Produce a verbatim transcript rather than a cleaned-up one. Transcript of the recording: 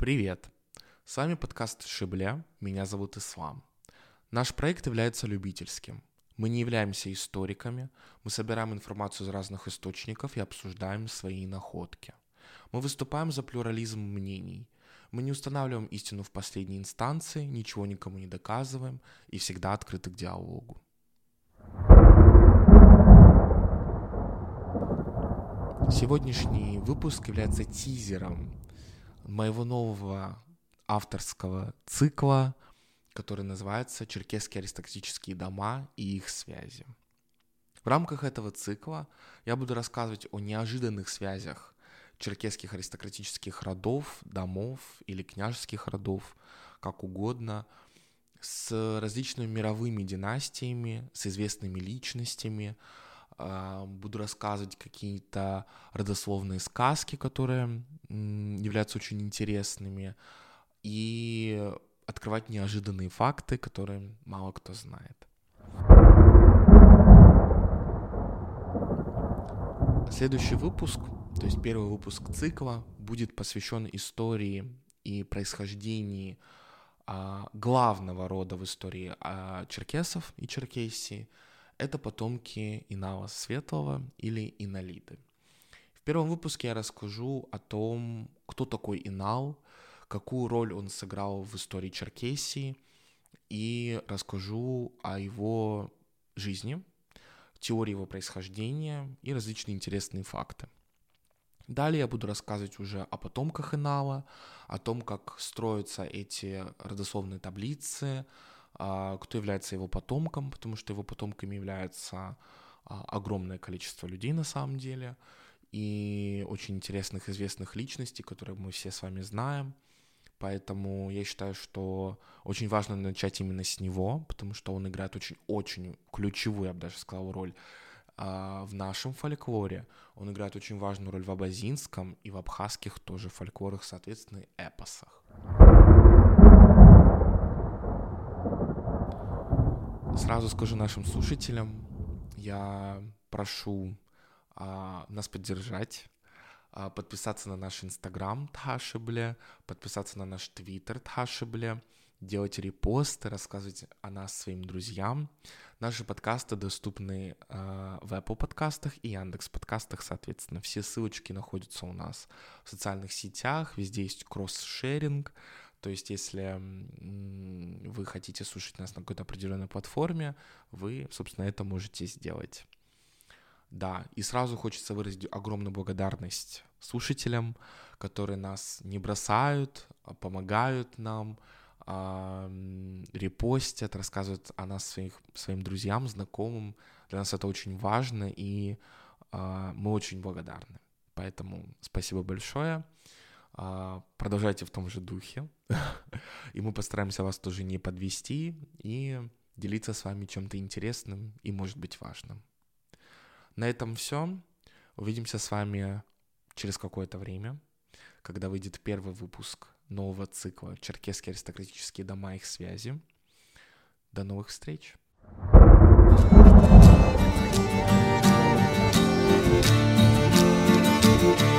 Привет! С вами подкаст «Шибле», меня зовут Ислам. Наш проект является любительским. Мы не являемся историками, мы собираем информацию из разных источников и обсуждаем свои находки. Мы выступаем за плюрализм мнений. Мы не устанавливаем истину в последней инстанции, ничего никому не доказываем и всегда открыты к диалогу. Сегодняшний выпуск является тизером моего нового авторского цикла, который называется «Черкесские аристократические дома и их связи». В рамках этого цикла я буду рассказывать о неожиданных связях черкесских аристократических родов, домов или княжеских родов, как угодно, с различными мировыми династиями, с известными личностями. Буду рассказывать какие-то родословные сказки, которые являются очень интересными, и открывать неожиданные факты, которые мало кто знает. Следующий выпуск, то есть первый выпуск цикла, будет посвящен истории и происхождению а, главного рода в истории а, черкесов и Черкесии. Это потомки Инала Светлого или Инолиты. В первом выпуске я расскажу о том, кто такой Инал, какую роль он сыграл в истории Черкесии, и расскажу о его жизни, теории его происхождения и различные интересные факты. Далее я буду рассказывать уже о потомках Инала, о том, как строятся эти родословные таблицы, кто является его потомком, потому что его потомками является огромное количество людей на самом деле, и очень интересных, известных личностей, которые мы все с вами знаем. Поэтому я считаю, что очень важно начать именно с него, потому что он играет очень-очень ключевую, я бы даже сказал, роль в нашем фольклоре. Он играет очень важную роль в абазинском и в абхазских тоже фольклорах, соответственно, эпосах. Сразу скажу нашим слушателям, я прошу а, нас поддержать, а, подписаться на наш инстаграм Тхашибле, подписаться на наш твиттер Тхашибле, делать репосты, рассказывать о нас своим друзьям. Наши подкасты доступны а, в Apple подкастах и Яндекс подкастах, соответственно. Все ссылочки находятся у нас в социальных сетях, везде есть кросс-шеринг. То есть, если вы хотите слушать нас на какой-то определенной платформе, вы, собственно, это можете сделать. Да, и сразу хочется выразить огромную благодарность слушателям, которые нас не бросают, помогают нам, репостят, рассказывают о нас своих, своим друзьям, знакомым. Для нас это очень важно, и мы очень благодарны. Поэтому спасибо большое. Продолжайте в том же духе, и мы постараемся вас тоже не подвести и делиться с вами чем-то интересным и, может быть, важным. На этом все. Увидимся с вами через какое-то время, когда выйдет первый выпуск нового цикла «Черкесские аристократические дома и их связи». До новых встреч! Thank you.